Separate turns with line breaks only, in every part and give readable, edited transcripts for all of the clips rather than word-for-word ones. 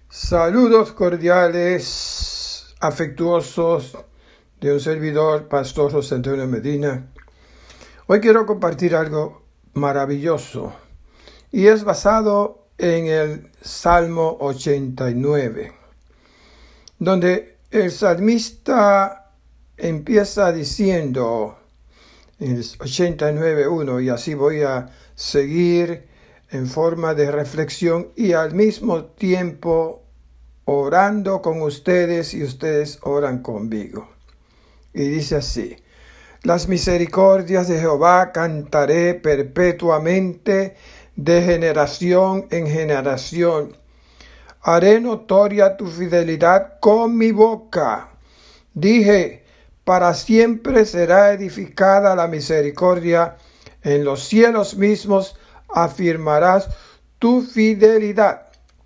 Saludos cordiales, afectuosos de un servidor, Pastor José Antonio Medina. Hoy quiero compartir algo maravilloso y es basado en el Salmo 89, donde el salmista empieza diciendo en el 89:1, y así voy a seguir en forma de reflexión y al mismo tiempo orando con ustedes y ustedes oran conmigo. Y dice así: las misericordias de Jehová cantaré perpetuamente, de generación en generación. Haré notoria tu fidelidad con mi boca. Dije, para siempre será edificada la misericordia, en los cielos mismos afirmarás tu fidelidad.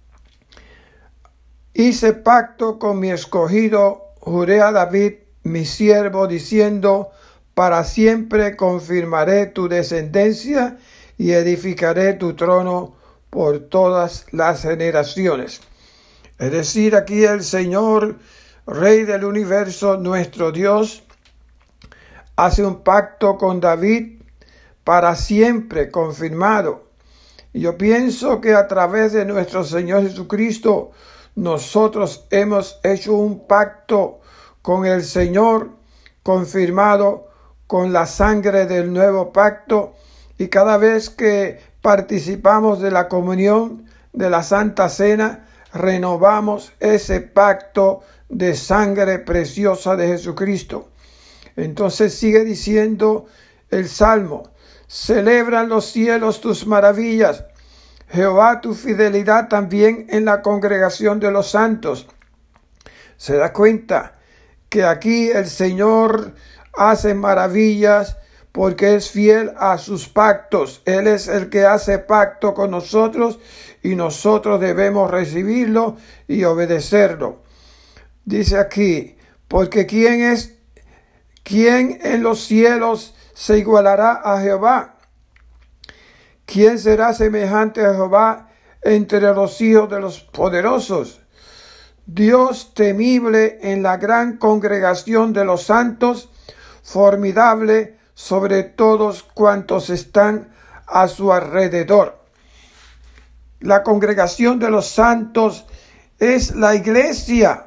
Hice pacto con mi escogido, juré a David, mi siervo, diciendo, para siempre confirmaré tu descendencia y edificaré tu trono por todas las generaciones. Es decir, aquí el Señor, Rey del universo, nuestro Dios, hace un pacto con David para siempre confirmado. Y yo pienso que a través de nuestro Señor Jesucristo, nosotros hemos hecho un pacto con el Señor, confirmado con la sangre del nuevo pacto, y cada vez que participamos de la comunión de la Santa Cena, renovamos ese pacto de sangre preciosa de Jesucristo. Entonces sigue diciendo el Salmo: celebran los cielos tus maravillas, Jehová, tu fidelidad también en la congregación de los santos. Se da cuenta que aquí el Señor hace maravillas porque es fiel a sus pactos. Él es el que hace pacto con nosotros y nosotros debemos recibirlo y obedecerlo. Dice aquí, porque ¿quién en los cielos se igualará a Jehová? ¿Quién será semejante a Jehová entre los hijos de los poderosos? Dios temible en la gran congregación de los santos, formidable sobre todos cuantos están a su alrededor. La congregación de los santos es la iglesia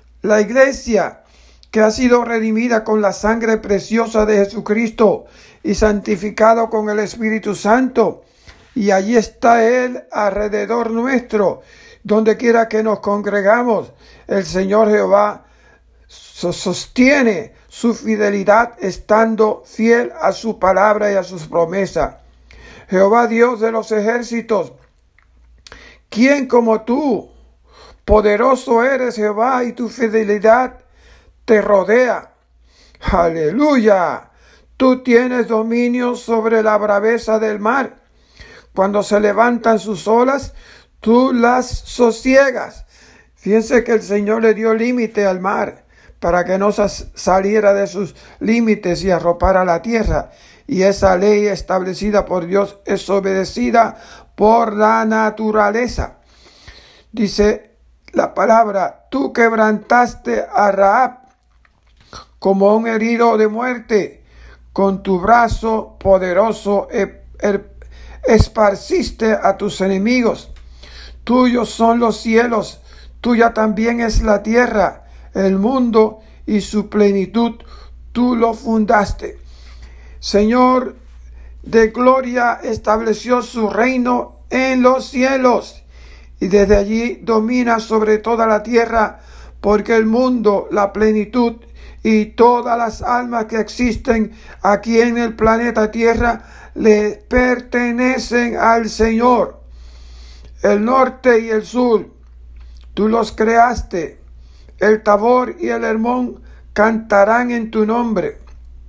que ha sido redimida con la sangre preciosa de Jesucristo y santificado con el Espíritu Santo. Y allí está Él alrededor nuestro, donde quiera que nos congregamos. El Señor Jehová sostiene su fidelidad estando fiel a su palabra y a sus promesas. Jehová Dios de los ejércitos, ¿quién como tú? Poderoso eres, Jehová, y tu fidelidad te rodea. Aleluya. Tú tienes dominio sobre la braveza del mar. Cuando se levantan sus olas, tú las sosiegas. Fíjense que el Señor le dio límite al mar para que no saliera de sus límites y arropara la tierra. Y esa ley establecida por Dios es obedecida por la naturaleza. Dice la palabra, tú quebrantaste a Rahab como un herido de muerte, con tu brazo poderoso esparciste a tus enemigos. Tuyos son los cielos, tuya también es la tierra, el mundo y su plenitud, tú lo fundaste. Señor de gloria estableció su reino en los cielos y desde allí domina sobre toda la tierra, porque el mundo, la plenitud y todas las almas que existen aquí en el planeta Tierra le pertenecen al Señor. El norte y el sur, tú los creaste. El Tabor y el Hermón cantarán en tu nombre.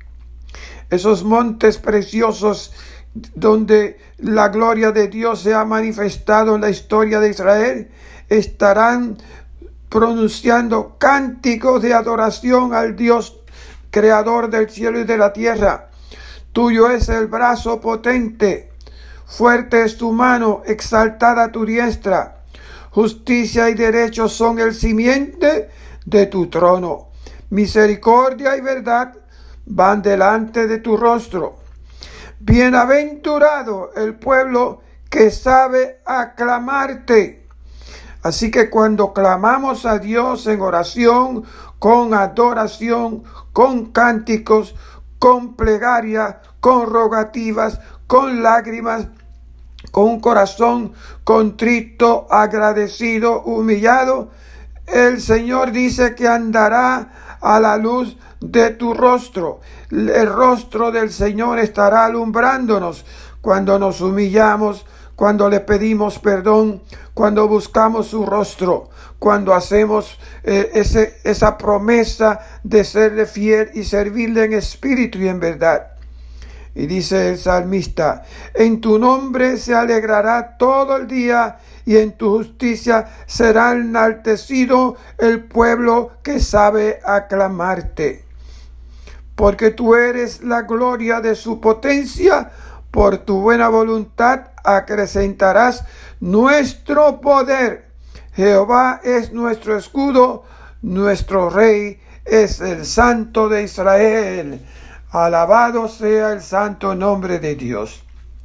Esos montes preciosos donde la gloria de Dios se ha manifestado en la historia de Israel estarán pronunciando cánticos de adoración al Dios creador del cielo y de la tierra. Tuyo es el brazo potente, fuerte es tu mano, exaltada tu diestra. Justicia y derecho son el simiente de tu trono. Misericordia y verdad van delante de tu rostro. Bienaventurado el pueblo que sabe aclamarte. Así que cuando clamamos a Dios en oración, con adoración, con cánticos, con plegaria, con rogativas, con lágrimas, con un corazón contrito, agradecido, humillado, el Señor dice que andará a la luz de tu rostro. El rostro del Señor estará alumbrándonos cuando nos humillamos, cuando le pedimos perdón, cuando buscamos su rostro, cuando hacemos esa promesa de serle fiel y servirle en espíritu y en verdad. Y dice el salmista: en tu nombre se alegrará todo el día, y en tu justicia será enaltecido el pueblo que sabe aclamarte. Porque tú eres la gloria de su potencia, por tu buena voluntad acrecentarás nuestro poder. Jehová es nuestro escudo, nuestro rey es el Santo de Israel. Alabado sea el santo nombre de Dios.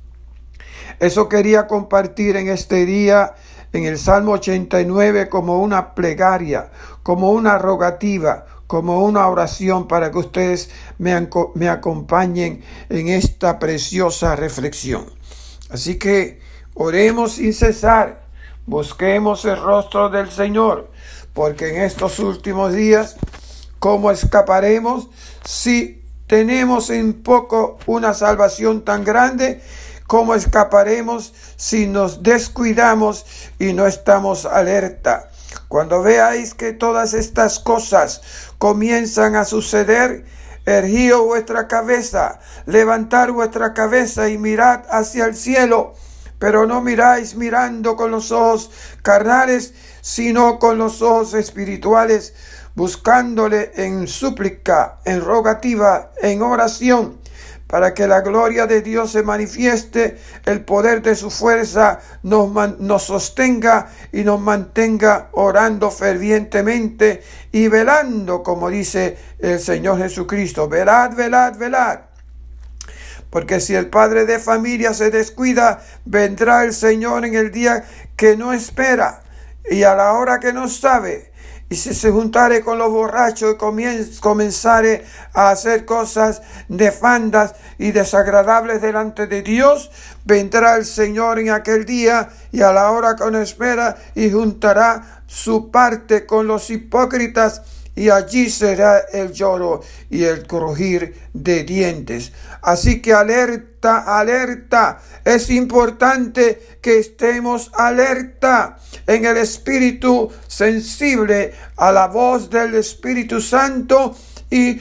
Eso quería compartir en este día, en el Salmo 89, como una plegaria, como una rogativa, como una oración para que ustedes me acompañen en esta preciosa reflexión. Así que oremos sin cesar, busquemos el rostro del Señor, porque en estos últimos días, ¿cómo escaparemos si tenemos en poco una salvación tan grande? ¿Cómo escaparemos si nos descuidamos y no estamos alerta? Cuando veáis que todas estas cosas comienzan a suceder, erguíos vuestra cabeza, levantad vuestra cabeza y mirad hacia el cielo, pero no miráis mirando con los ojos carnales, sino con los ojos espirituales, buscándole en súplica, en rogativa, en oración, para que la gloria de Dios se manifieste, el poder de su fuerza nos sostenga y nos mantenga orando fervientemente y velando, como dice el Señor Jesucristo. Velad, velad, velad. Porque si el padre de familia se descuida, vendrá el Señor en el día que no espera y a la hora que no sabe. Y si se juntare con los borrachos y comenzare a hacer cosas nefandas y desagradables delante de Dios, vendrá el Señor en aquel día y a la hora que no espera y juntará su parte con los hipócritas, y allí será el lloro y el crujir de dientes. Así que alerta, alerta. Es importante que estemos alerta en el espíritu, sensible a la voz del Espíritu Santo y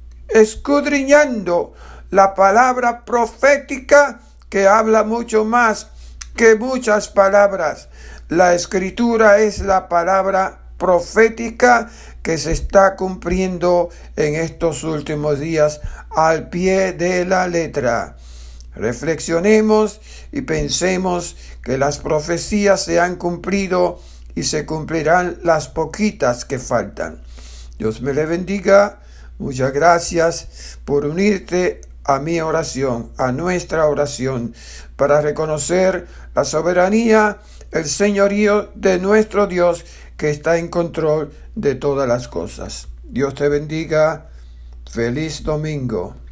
escudriñando la palabra profética, que habla mucho más que muchas palabras. La Escritura es la palabra profética que se está cumpliendo en estos últimos días al pie de la letra. Reflexionemos y pensemos que las profecías se han cumplido y se cumplirán las poquitas que faltan. Dios me le bendiga. Muchas gracias por unirte a mi oración, a nuestra oración, para reconocer la soberanía, el señorío de nuestro Dios, que está en control de todas las cosas. Dios te bendiga. Feliz domingo.